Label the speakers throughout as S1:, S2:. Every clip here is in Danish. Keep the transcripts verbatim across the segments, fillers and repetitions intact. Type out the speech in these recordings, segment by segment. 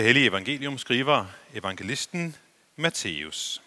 S1: Det hellige evangelium skriver evangelisten Matthæus.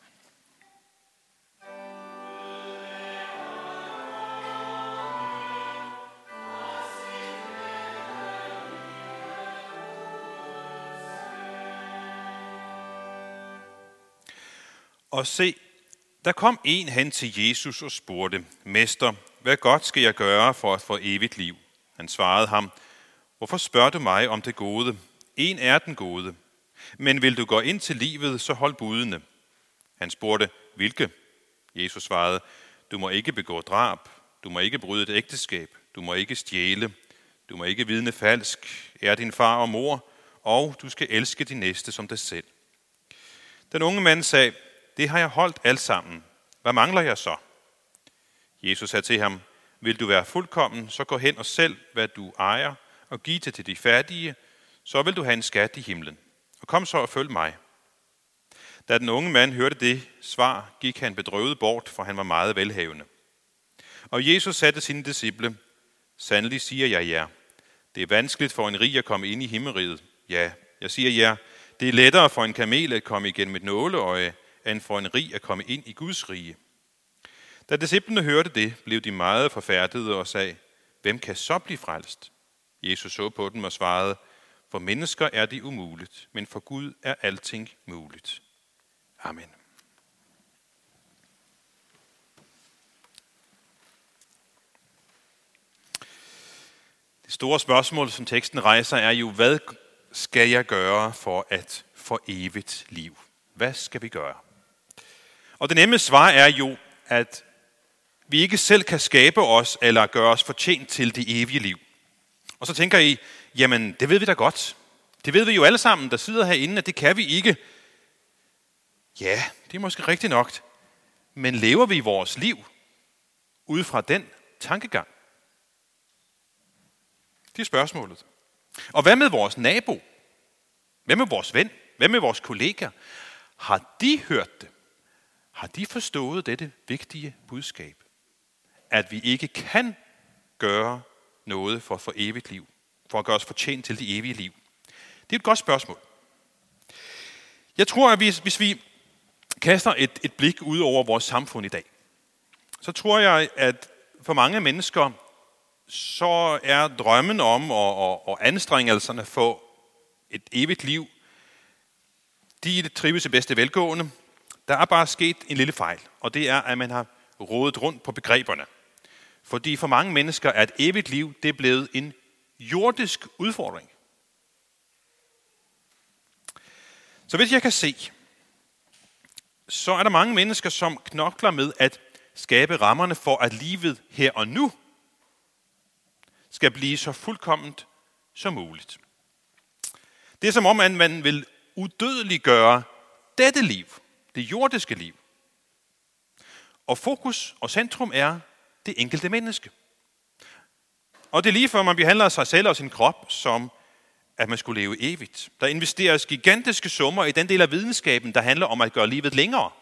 S1: Og se, der kom en hen til Jesus og spurgte, Mester, hvad godt skal jeg gøre for at få evigt liv? Han svarede ham, hvorfor spørger du mig om det gode? En er den gode. Men vil du gå ind til livet, så hold budene. Han spurgte, hvilke? Jesus svarede, du må ikke begå drab, du må ikke bryde et ægteskab, du må ikke stjæle, du må ikke vidne falsk, er din far og mor, og du skal elske din næste som dig selv. Den unge mand sagde, det har jeg holdt alt sammen. Hvad mangler jeg så? Jesus sagde til ham, vil du være fuldkommen, så gå hen og sælg, hvad du ejer, og giv det til de fattige, så vil du have en skat i himlen. Og kom så og følg mig. Da den unge mand hørte det svar, gik han bedrøvet bort, for han var meget velhavende. Og Jesus sagde til sine disciple, sandelig siger jeg jer, det er vanskeligt for en rig at komme ind i himmeriget. Ja, jeg siger jer, det er lettere for en kamel at komme igennem et nåleøje, end for en rig at komme ind i Guds rige. Da disciplene hørte det, blev de meget forfærdede og sagde, hvem kan så blive frelst? Jesus så på dem og svarede, for mennesker er det umuligt, men for Gud er alting muligt. Amen. Det store spørgsmål, som teksten rejser, er jo, hvad skal jeg gøre for at få evigt liv? Hvad skal vi gøre? Og det nemme svar er jo, at vi ikke selv kan skabe os eller gøre os fortjent til det evige liv. Og så tænker I, jamen det ved vi da godt. Det ved vi jo alle sammen, der sidder herinde, at det kan vi ikke. Ja, det er måske rigtigt nok. Men lever vi vores liv ud fra den tankegang? Det er spørgsmålet. Og hvad med vores nabo? Hvad med vores ven? Hvad med vores kollegaer? Har de hørt det? Har de forstået dette vigtige budskab? At vi ikke kan gøre noget for at få evigt liv. For at gøre os fortjent til det evige liv. Det er et godt spørgsmål. Jeg tror, at hvis, hvis vi kaster et, et blik ud over vores samfund i dag, så tror jeg, at for mange mennesker, så er drømmen om og, og, og anstrengelserne for et evigt liv, de trives i bedste velgående. Der er bare sket en lille fejl, og det er, at man har rodet rundt på begreberne. Fordi for mange mennesker er et evigt liv, det er blevet en jordisk udfordring. Så hvis jeg kan se, så er der mange mennesker, som knokler med at skabe rammerne for, at livet her og nu skal blive så fuldkomment som muligt. Det er som om, at man vil udødeliggøre dette liv, det jordiske liv. Og fokus og centrum er det enkelte menneske. Og det er lige før, man behandler sig selv og sin krop, som at man skulle leve evigt. Der investeres gigantiske summer i den del af videnskaben, der handler om at gøre livet længere.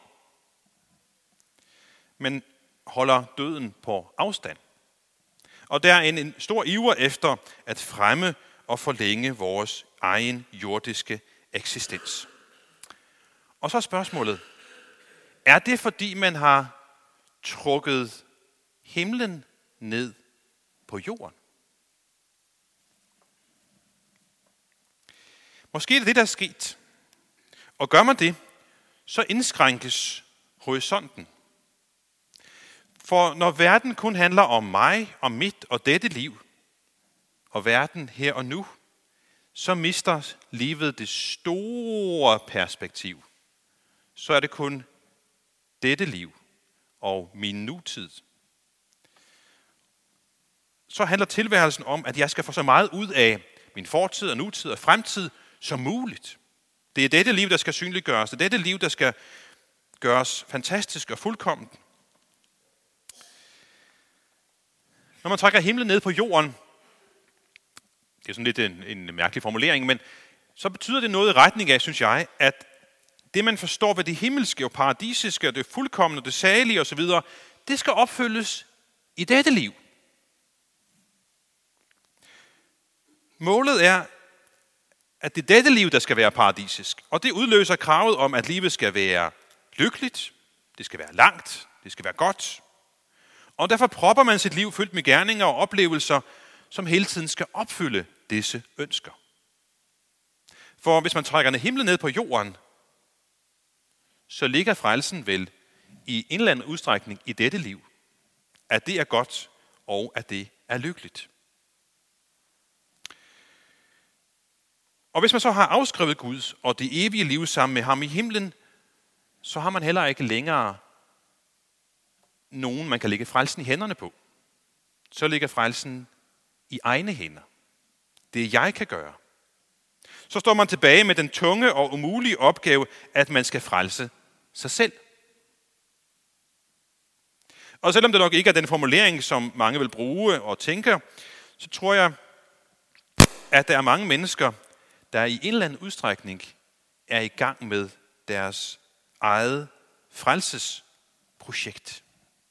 S1: Men holder døden på afstand. Og der er en, en stor iver efter at fremme og forlænge vores egen jordiske eksistens. Og så er spørgsmålet, er det fordi man har trukket himlen ned på jorden? Måske er det det, der er sket. Og gør man det, så indskrænkes horisonten. For når verden kun handler om mig, om mit og dette liv, og verden her og nu, så mister livet det store perspektiv. Så er det kun dette liv og min nutid. Så handler tilværelsen om, at jeg skal få så meget ud af min fortid og nutid og fremtid som muligt. Det er dette liv, der skal synliggøres. Det er dette liv, der skal gøres fantastisk og fuldkommen. Når man trækker himlen ned på jorden, det er sådan lidt en, en mærkelig formulering, men så betyder det noget i retning af, synes jeg, at det man forstår ved det himmelske og paradisiske og det fuldkomne og det salige osv., det skal opfyldes i dette liv. Målet er at det er dette liv, der skal være paradisisk. Og det udløser kravet om, at livet skal være lykkeligt, det skal være langt, det skal være godt. Og derfor propper man sit liv fyldt med gerninger og oplevelser, som hele tiden skal opfylde disse ønsker. For hvis man trækker ned himlen ned på jorden, så ligger frelsen vel i en eller anden udstrækning i dette liv, at det er godt og at det er lykkeligt. Og hvis man så har afskrevet Gud og det evige liv sammen med ham i himlen, så har man heller ikke længere nogen, man kan lægge frelsen i hænderne på. Så ligger frelsen i egne hænder. Det jeg kan gøre. Så står man tilbage med den tunge og umulige opgave, at man skal frelse sig selv. Og selvom det nok ikke er den formulering, som mange vil bruge og tænker, så tror jeg, at der er mange mennesker, der i en eller anden udstrækning er i gang med deres eget frelsesprojekt.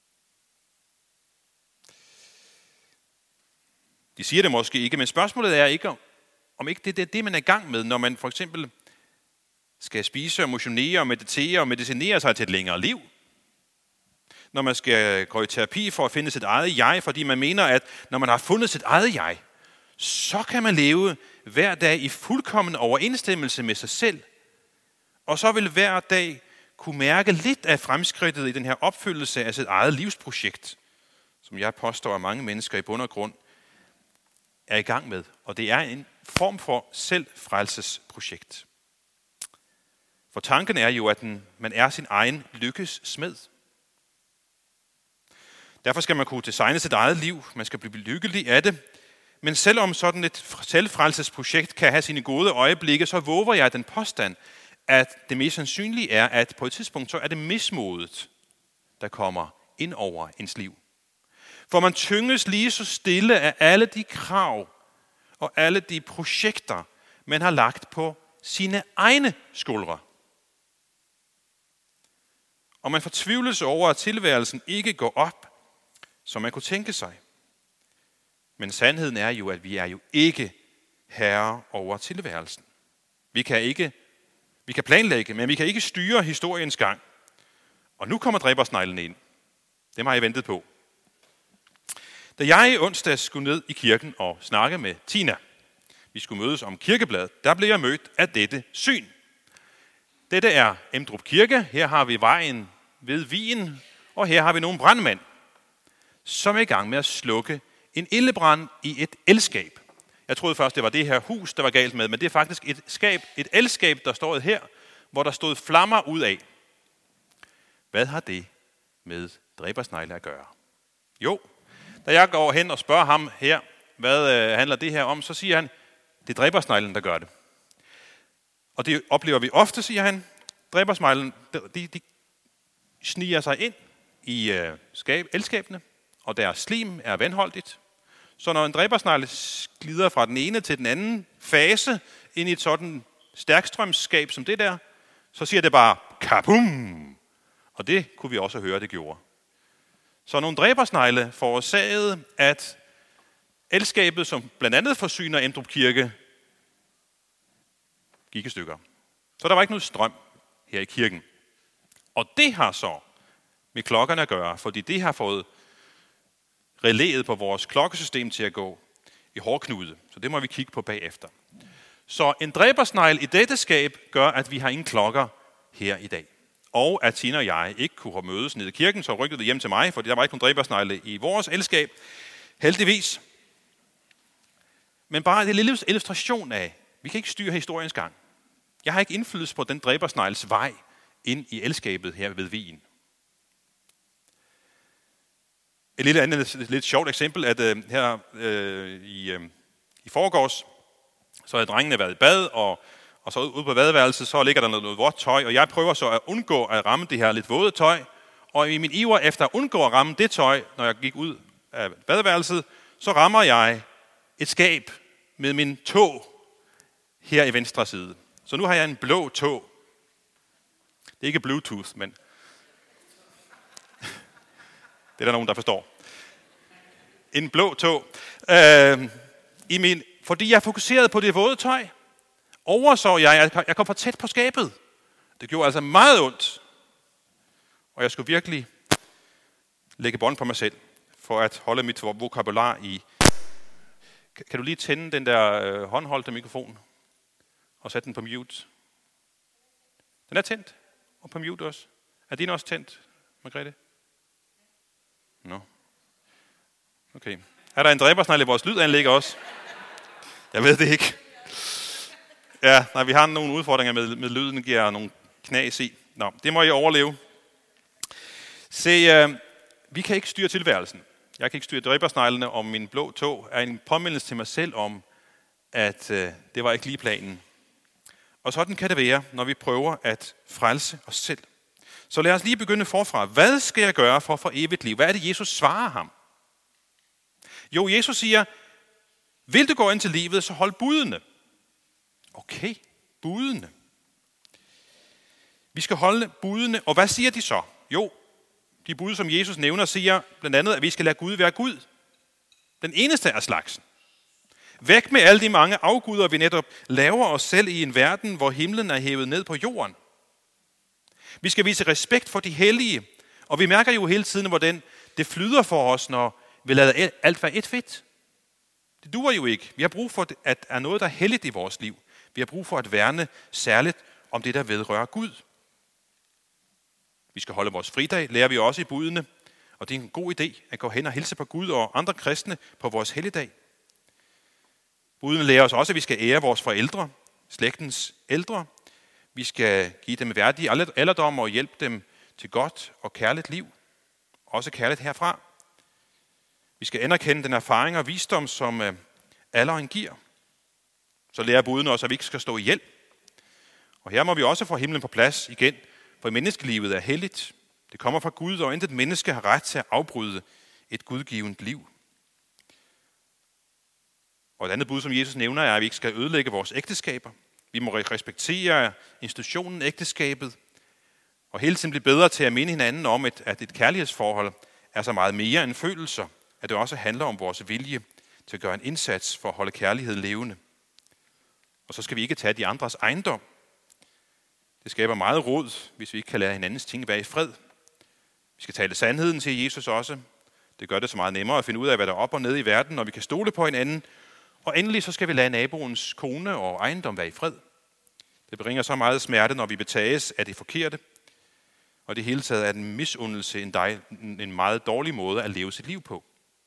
S1: De siger det måske ikke, men spørgsmålet er ikke, om ikke det er det, man er i gang med, når man for eksempel skal spise og motionere og meditere og medicinere sig til et længere liv. Når man skal gå i terapi for at finde sit eget jeg, fordi man mener, at når man har fundet sit eget jeg, så kan man leve hver dag i fuldkommen overensstemmelse med sig selv. Og så vil hver dag kunne mærke lidt af fremskridtet i den her opfyldelse af sit eget livsprojekt, som jeg påstår, at mange mennesker i bund og grund er i gang med. Og det er en form for selvfrelsesprojekt. For tanken er jo, at man er sin egen lykkes smed. Derfor skal man kunne designe sit eget liv. Man skal blive lykkelig af det. Men selvom sådan et selvfrelsesprojekt kan have sine gode øjeblikke, så våger jeg den påstand, at det mest sandsynlige er, at på et tidspunkt så er det mismodet, der kommer ind over ens liv. For man tynges lige så stille af alle de krav og alle de projekter, man har lagt på sine egne skuldre. Og man fortvivles over, at tilværelsen ikke går op, som man kunne tænke sig. Men sandheden er jo, at vi er jo ikke herre over tilværelsen. Vi kan ikke, vi kan planlægge, men vi kan ikke styre historiens gang. Og nu kommer dræbersneglen ind. Dem har jeg ventet på. Da jeg i onsdags skulle ned i kirken og snakke med Tina, vi skulle mødes om kirkebladet, der blev jeg mødt af dette syn. Dette er Emdrup Kirke. Her har vi vejen ved Wien, og her har vi nogle brandmænd, som er i gang med at slukke en ildebrand i et elskab. Jeg troede først, det var det her hus, der var galt med, men det er faktisk et skab, et elskab, der stod her, hvor der stod flammer ud af. Hvad har det med dræbersnegle at gøre? Jo, da jeg går hen og spørger ham her, hvad øh, handler det her om, så siger han, det er dræbersneglen, der gør det. Og det oplever vi ofte, siger han. Dræbersneglen, de, de sniger sig ind i øh, skab, elskabene, og deres slim er vandholdigt. Så når en dræbersnegle glider fra den ene til den anden fase ind i et sådan stærkstrømsskab som det der, så siger det bare kabum! Og det kunne vi også høre, det gjorde. Så nogle dræbersnegle forårsagede, at elskabet, som blandt andet forsyner Emdrup Kirke, gik i stykker. Så der var ikke noget strøm her i kirken. Og det har så med klokkerne at gøre, fordi det har fået relæet på vores klokkesystem til at gå i hårdknude. Så det må vi kigge på bagefter. Så en dræbersnegl i dette skab gør, at vi har ingen klokker her i dag. Og at Tina og jeg ikke kunne have mødes nede i kirken, så rykkede det hjem til mig, fordi der var ikke nogen dræbersnegle i vores elskab. Heldigvis. Men bare en lille illustration af, vi kan ikke styre historiens gang. Jeg har ikke indflydelse på den dræbersnegls vej ind i elskabet her ved Wien. Et lille andet, lidt sjovt eksempel, at uh, her uh, i, uh, i forgårs, så havde drengene været i bad, og, og så ude på badeværelset, så ligger der noget, noget vådt tøj, og jeg prøver så at undgå at ramme det her lidt våde tøj, og i min iver efter at undgå at ramme det tøj, når jeg gik ud af badeværelset, så rammer jeg et skab med min tå her i venstre side. Så nu har jeg en blå tå. Det er ikke Bluetooth, men det er der nogen, der forstår. En blå tå. Øh, i min, fordi jeg fokuserede på det våde tøj, overså jeg, jeg kom for tæt på skabet. Det gjorde altså meget ondt. Og jeg skulle virkelig lægge bånd på mig selv, for at holde mit vokabular i. Kan du lige tænde den der øh, håndholdte mikrofon, og sætte den på mute? Den er tændt, og på mute også. Er din også tændt, Margrethe? Nå. No. Okay. Er der en dræbersnegl i vores lydanlæg også? Jeg ved det ikke. Ja, nej, vi har nogle udfordringer med, med lyden, giver nogle knas i. Nå, det må I overleve. Se, øh, vi kan ikke styre tilværelsen. Jeg kan ikke styre dræbersneglene, og min blå tog er en påmindelse til mig selv om, at øh, det var ikke lige planen. Og sådan kan det være, når vi prøver at frelse os selv. Så lad os lige begynde forfra. Hvad skal jeg gøre for at få evigt liv? Hvad er det, Jesus svarer ham? Jo, Jesus siger, vil du gå ind til livet, så hold budene. Okay, budene. Vi skal holde budene, og hvad siger de så? Jo, de bud, som Jesus nævner, siger blandt andet, at vi skal lade Gud være Gud. Den eneste af slagsen. Væk med alle de mange afguder, vi netop laver os selv i en verden, hvor himlen er hævet ned på jorden. Vi skal vise respekt for de hellige, og vi mærker jo hele tiden, hvordan det flyder for os, når vi lader alt være et fedt. Det duer jo ikke. Vi har brug for, at der er noget, der er helligt i vores liv. Vi har brug for at værne særligt om det, der vedrører Gud. Vi skal holde vores fridag, lærer vi også i budene, og det er en god idé at gå hen og hilse på Gud og andre kristne på vores helligdag. Budene lærer os også, at vi skal ære vores forældre, slægtens ældre. Vi skal give dem værdige alderdom og hjælpe dem til godt og kærligt liv. Også kærligt herfra. Vi skal anerkende den erfaring og visdom, som alderen giver. Så lærer budene også, at vi ikke skal stå ihjel. Og her må vi også få himlen på plads igen, for menneskelivet er helligt. Det kommer fra Gud, og intet menneske har ret til at afbryde et gudgivet liv. Og et andet bud, som Jesus nævner, er, at vi ikke skal ødelægge vores ægteskaber. Vi må respektere institutionen ægteskabet, og hele tiden blive bedre til at minde hinanden om, at et kærlighedsforhold er så meget mere end følelser, at det også handler om vores vilje til at gøre en indsats for at holde kærlighed levende. Og så skal vi ikke tage de andres ejendom. Det skaber meget rod, hvis vi ikke kan lade hinandens ting være i fred. Vi skal tale sandheden, siger Jesus også. Det gør det så meget nemmere at finde ud af, hvad der er op og ned i verden, når vi kan stole på hinanden. Og endelig så skal vi lade naboens kone og ejendom være i fred. Det bringer så meget smerte, når vi betages af det forkerte. Og det hele taget er en misundelse, en, dej, en meget dårlig måde at leve sit liv på.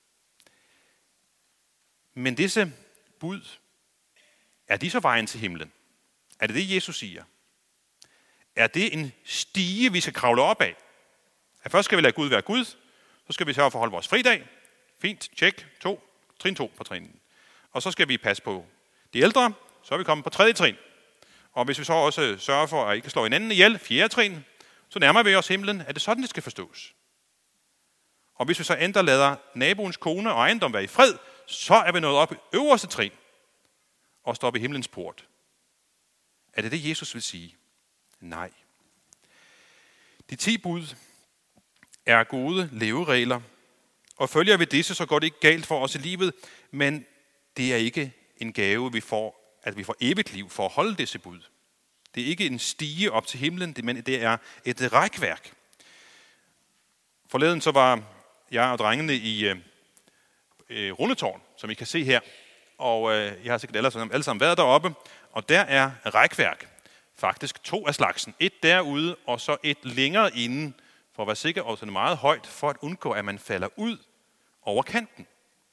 S1: Men disse bud, er de så vejen til himlen? Er det det, Jesus siger? Er det en stige, vi skal kravle op af? At først skal vi lade Gud være Gud, så skal vi sørge for at holde vores fridag. Fint, tjek, to, trin to på trinen. Og så skal vi passe på de ældre, så er vi kommet på tredje trin. Og hvis vi så også sørger for at ikke slå hinanden ihjel, fjerde trin, så nærmer vi os himlen. Er det sådan, det skal forstås? Og hvis vi så endda lader naboens kone og ejendom være i fred, så er vi nået op i øverste trin og står ved himlens port. Er det det, Jesus vil sige? Nej. De ti bud er gode leveregler, og følger vi disse, så går det ikke galt for os i livet, men det er ikke en gave, vi får, at vi får evigt liv for at holde disse bud. Det er ikke en stige op til himlen, men det er et rækværk. Forleden så var jeg og drengene i øh, Rundetårn, som I kan se her, og øh, jeg har sikkert alle sammen, alle sammen været deroppe, og der er rækværk. Faktisk to af slagsen. Et derude, og så et længere inde, for at være sikker, og sådan meget højt, for at undgå, at man falder ud over kanten.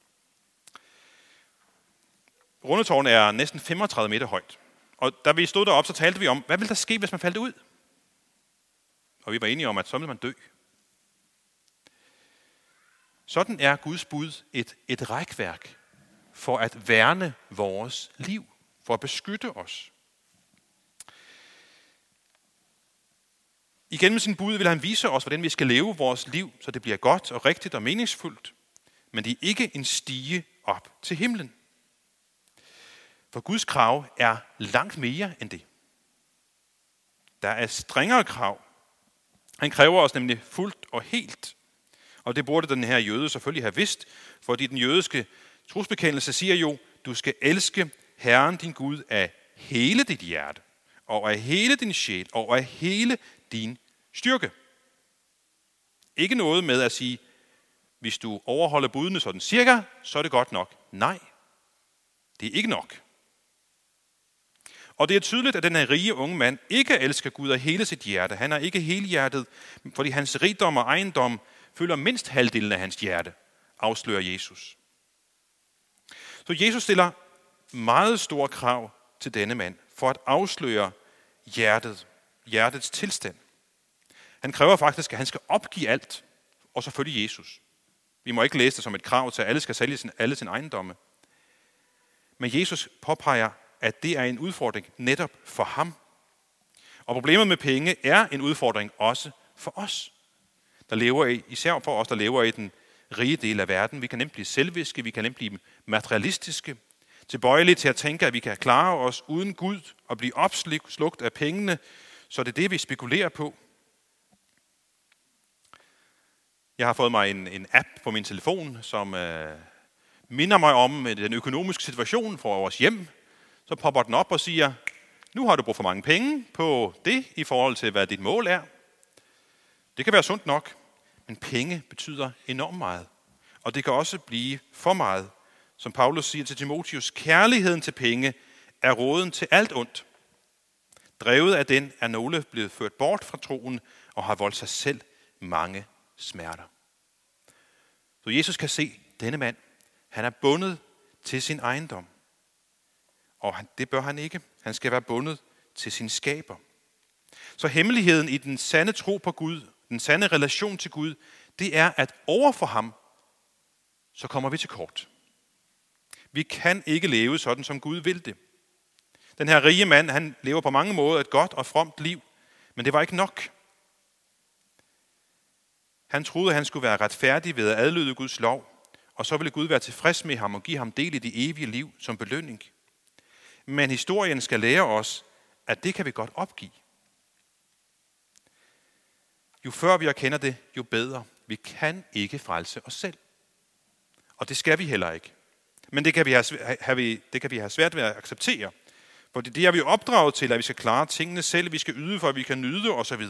S1: Rundetårn er næsten femogtredive meter højt. Og da vi stod deroppe, så talte vi om, hvad ville der ske, hvis man faldt ud? Og vi var enige om, at så ville man dø. Sådan er Guds bud et, et rækværk for at værne vores liv, for at beskytte os. Igen med sin bud vil han vise os, hvordan vi skal leve vores liv, så det bliver godt og rigtigt og meningsfuldt. Men det er ikke en stige op til himlen. For Guds krav er langt mere end det. Der er strengere krav. Han kræver os nemlig fuldt og helt. Og det burde den her jøde selvfølgelig have vidst, fordi den jødiske trosbekendelse siger jo, du skal elske Herren din Gud af hele dit hjerte, og af hele din sjæl, og af hele din styrke. Ikke noget med at sige, hvis du overholder budene sådan cirka, så er det godt nok. Nej, det er ikke nok. Og det er tydeligt, at den her rige unge mand ikke elsker Gud af hele sit hjerte. Han er ikke helhjertet, fordi hans rigdom og ejendom fylder mindst halvdelen af hans hjerte, afslører Jesus. Så Jesus stiller meget store krav til denne mand for at afsløre hjertet, hjertets tilstand. Han kræver faktisk, at han skal opgive alt, og så følge Jesus. Vi må ikke læse det som et krav til, at alle skal sælge sin, alle sin ejendomme. Men Jesus påpeger, at det er en udfordring netop for ham. Og problemet med penge er en udfordring også for os, der lever i, især for os, der lever i den rige del af verden. Vi kan nemt blive selviske, vi kan nemt blive materialistiske, tilbøjelige til at tænke, at vi kan klare os uden Gud og blive opslugt af pengene, så det er det, vi spekulerer på. Jeg har fået mig en, en app på min telefon, som øh, minder mig om den økonomiske situation for vores hjem. Så popper den op og siger, nu har du brugt for mange penge på det i forhold til, hvad dit mål er. Det kan være sundt nok, men penge betyder enormt meget. Og det kan også blive for meget. Som Paulus siger til Timotheus, kærligheden til penge er roden til alt ondt. Drevet af den er nogle blevet ført bort fra troen og har voldt sig selv mange smerter. Så Jesus kan se, denne mand, han er bundet til sin ejendom. Og det bør han ikke. Han skal være bundet til sin skaber. Så hemmeligheden i den sande tro på Gud, den sande relation til Gud, det er, at over for ham, så kommer vi til kort. Vi kan ikke leve sådan, som Gud vil det. Den her rige mand, han lever på mange måder et godt og fromt liv, men det var ikke nok. Han troede, at han skulle være retfærdig ved at adlyde Guds lov, og så ville Gud være tilfreds med ham og give ham del i det evige liv som belønning. Men historien skal lære os, at det kan vi godt opgive. Jo før vi erkender det, jo bedre. Vi kan ikke frelse os selv. Og det skal vi heller ikke. Men det kan vi have, have, det kan vi have svært ved at acceptere. For det er vi jo opdraget til, at vi skal klare tingene selv, vi skal yde for, at vi kan nyde osv.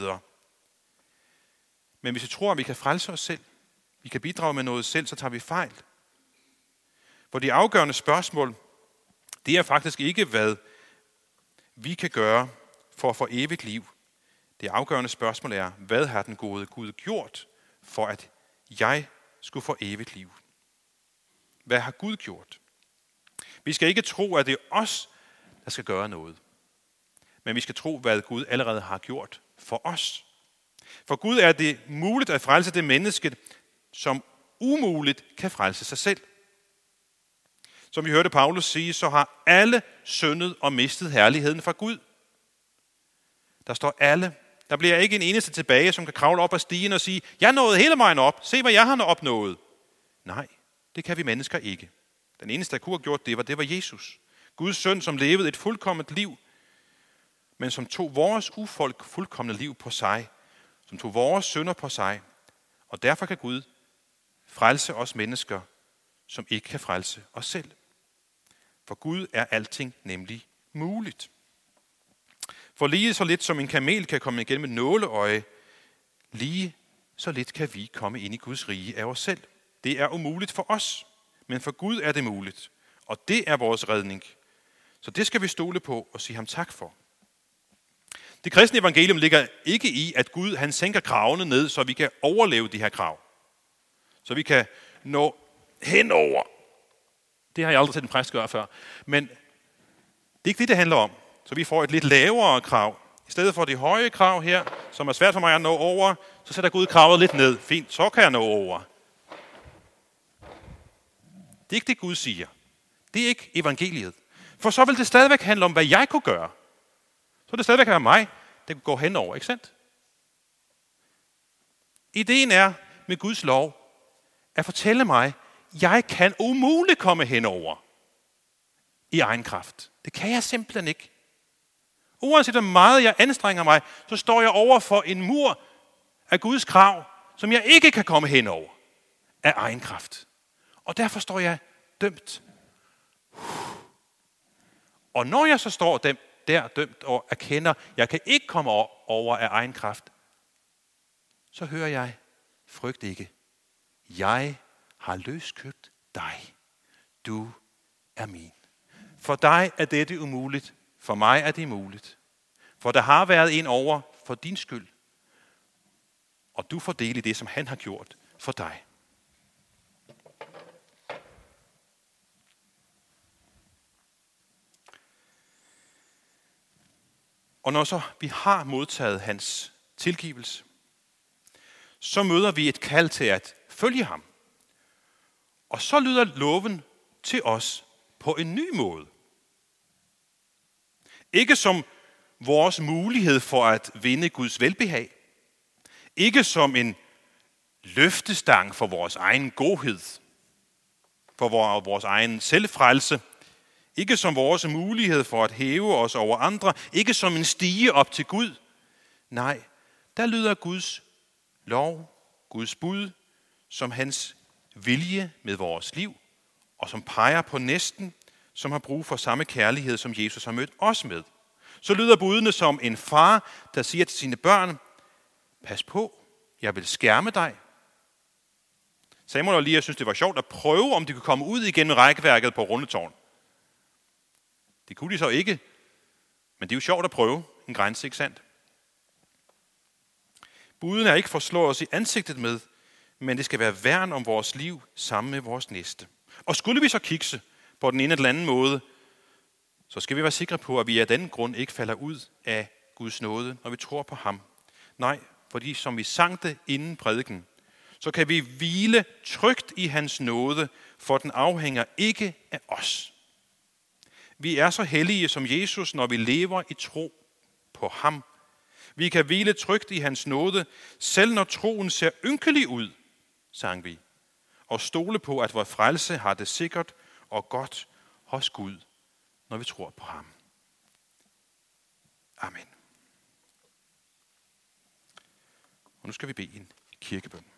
S1: Men hvis vi tror, at vi kan frelse os selv, vi kan bidrage med noget selv, så tager vi fejl. For de afgørende spørgsmål, det er faktisk ikke, hvad vi kan gøre for at få evigt liv. Det afgørende spørgsmål er, hvad har den gode Gud gjort, for at jeg skulle få evigt liv? Hvad har Gud gjort? Vi skal ikke tro, at det er os, der skal gøre noget. Men vi skal tro, hvad Gud allerede har gjort for os. For Gud er det muligt at frelse det menneske, som umuligt kan frelse sig selv. Som vi hørte Paulus sige, så har alle syndet og mistet herligheden fra Gud. Der står alle. Der bliver ikke en eneste tilbage, som kan kravle op ad stigen og sige, jeg nåede hele vejen op, se hvad jeg har opnået. Nej, det kan vi mennesker ikke. Den eneste, der kunne have gjort det, var, det var Jesus. Guds søn, som levede et fuldkomment liv, men som tog vores ufolk fuldkomne liv på sig, som tog vores synder på sig, og derfor kan Gud frelse os mennesker, som ikke kan frelse os selv. For Gud er alting nemlig muligt. For lige så lidt som en kamel kan komme igennem et nåleøje, lige så lidt kan vi komme ind i Guds rige af os selv. Det er umuligt for os, men for Gud er det muligt. Og det er vores redning. Så det skal vi stole på og sige ham tak for. Det kristne evangelium ligger ikke i, at Gud han sænker kravene ned, så vi kan overleve de her krav. Så vi kan nå henover. Det har jeg aldrig set en præst gøre før. Men det er ikke det, det handler om. Så vi får et lidt lavere krav. I stedet for de høje krav her, som er svært for mig at nå over, så sætter Gud kravet lidt ned. Fint, så kan jeg nå over. Det er ikke det, Gud siger. Det er ikke evangeliet. For så vil det stadigvæk handle om, hvad jeg kunne gøre. Så vil det stadigvæk være mig, der kunne gå henover, ikke sandt? Ideen er med Guds lov at fortælle mig, jeg kan umuligt komme henover i egen kraft. Det kan jeg simpelthen ikke. Uanset hvor meget jeg anstrenger mig, så står jeg over for en mur af Guds krav, som jeg ikke kan komme henover af egen kraft. Og derfor står jeg dømt. Og når jeg så står dem der dømt og erkender, jeg kan ikke komme over af egen kraft, så hører jeg, frygt ikke. Jeg har løskøbt dig. Du er min. For dig er dette umuligt. For mig er det muligt. For der har været en over for din skyld. Og du får del i det, som han har gjort for dig. Og når så vi har modtaget hans tilgivelse, så møder vi et kald til at følge ham. Og så lyder loven til os på en ny måde. Ikke som vores mulighed for at vinde Guds velbehag. Ikke som en løftestang for vores egen godhed, for vores egen selvfrelse. Ikke som vores mulighed for at hæve os over andre. Ikke som en stige op til Gud. Nej, der lyder Guds lov, Guds bud, som hans vilje med vores liv, og som peger på næsten, som har brug for samme kærlighed, som Jesus har mødt os med. Så lyder budene som en far, der siger til sine børn, pas på, jeg vil skærme dig. Samuel og Lia synes, det var sjovt at prøve, om de kunne komme ud igennem rækkeværket på Rundetårn. Det kunne de så ikke, men det er jo sjovt at prøve en grænse, ikke sandt? Buden er ikke for at slå os i ansigtet med, men det skal være værn om vores liv sammen med vores næste. Og skulle vi så kikse på den ene eller anden måde, så skal vi være sikre på, at vi af den grund ikke falder ud af Guds nåde, når vi tror på ham. Nej, fordi som vi sang det inden prædiken, så kan vi hvile trygt i hans nåde, for den afhænger ikke af os. Vi er så hellige som Jesus, når vi lever i tro på ham. Vi kan hvile trygt i hans nåde, selv når troen ser ynkelig ud, sang vi, og stole på, at vores frelse har det sikkert og godt hos Gud, når vi tror på ham. Amen. Og nu skal vi bede en kirkebøn.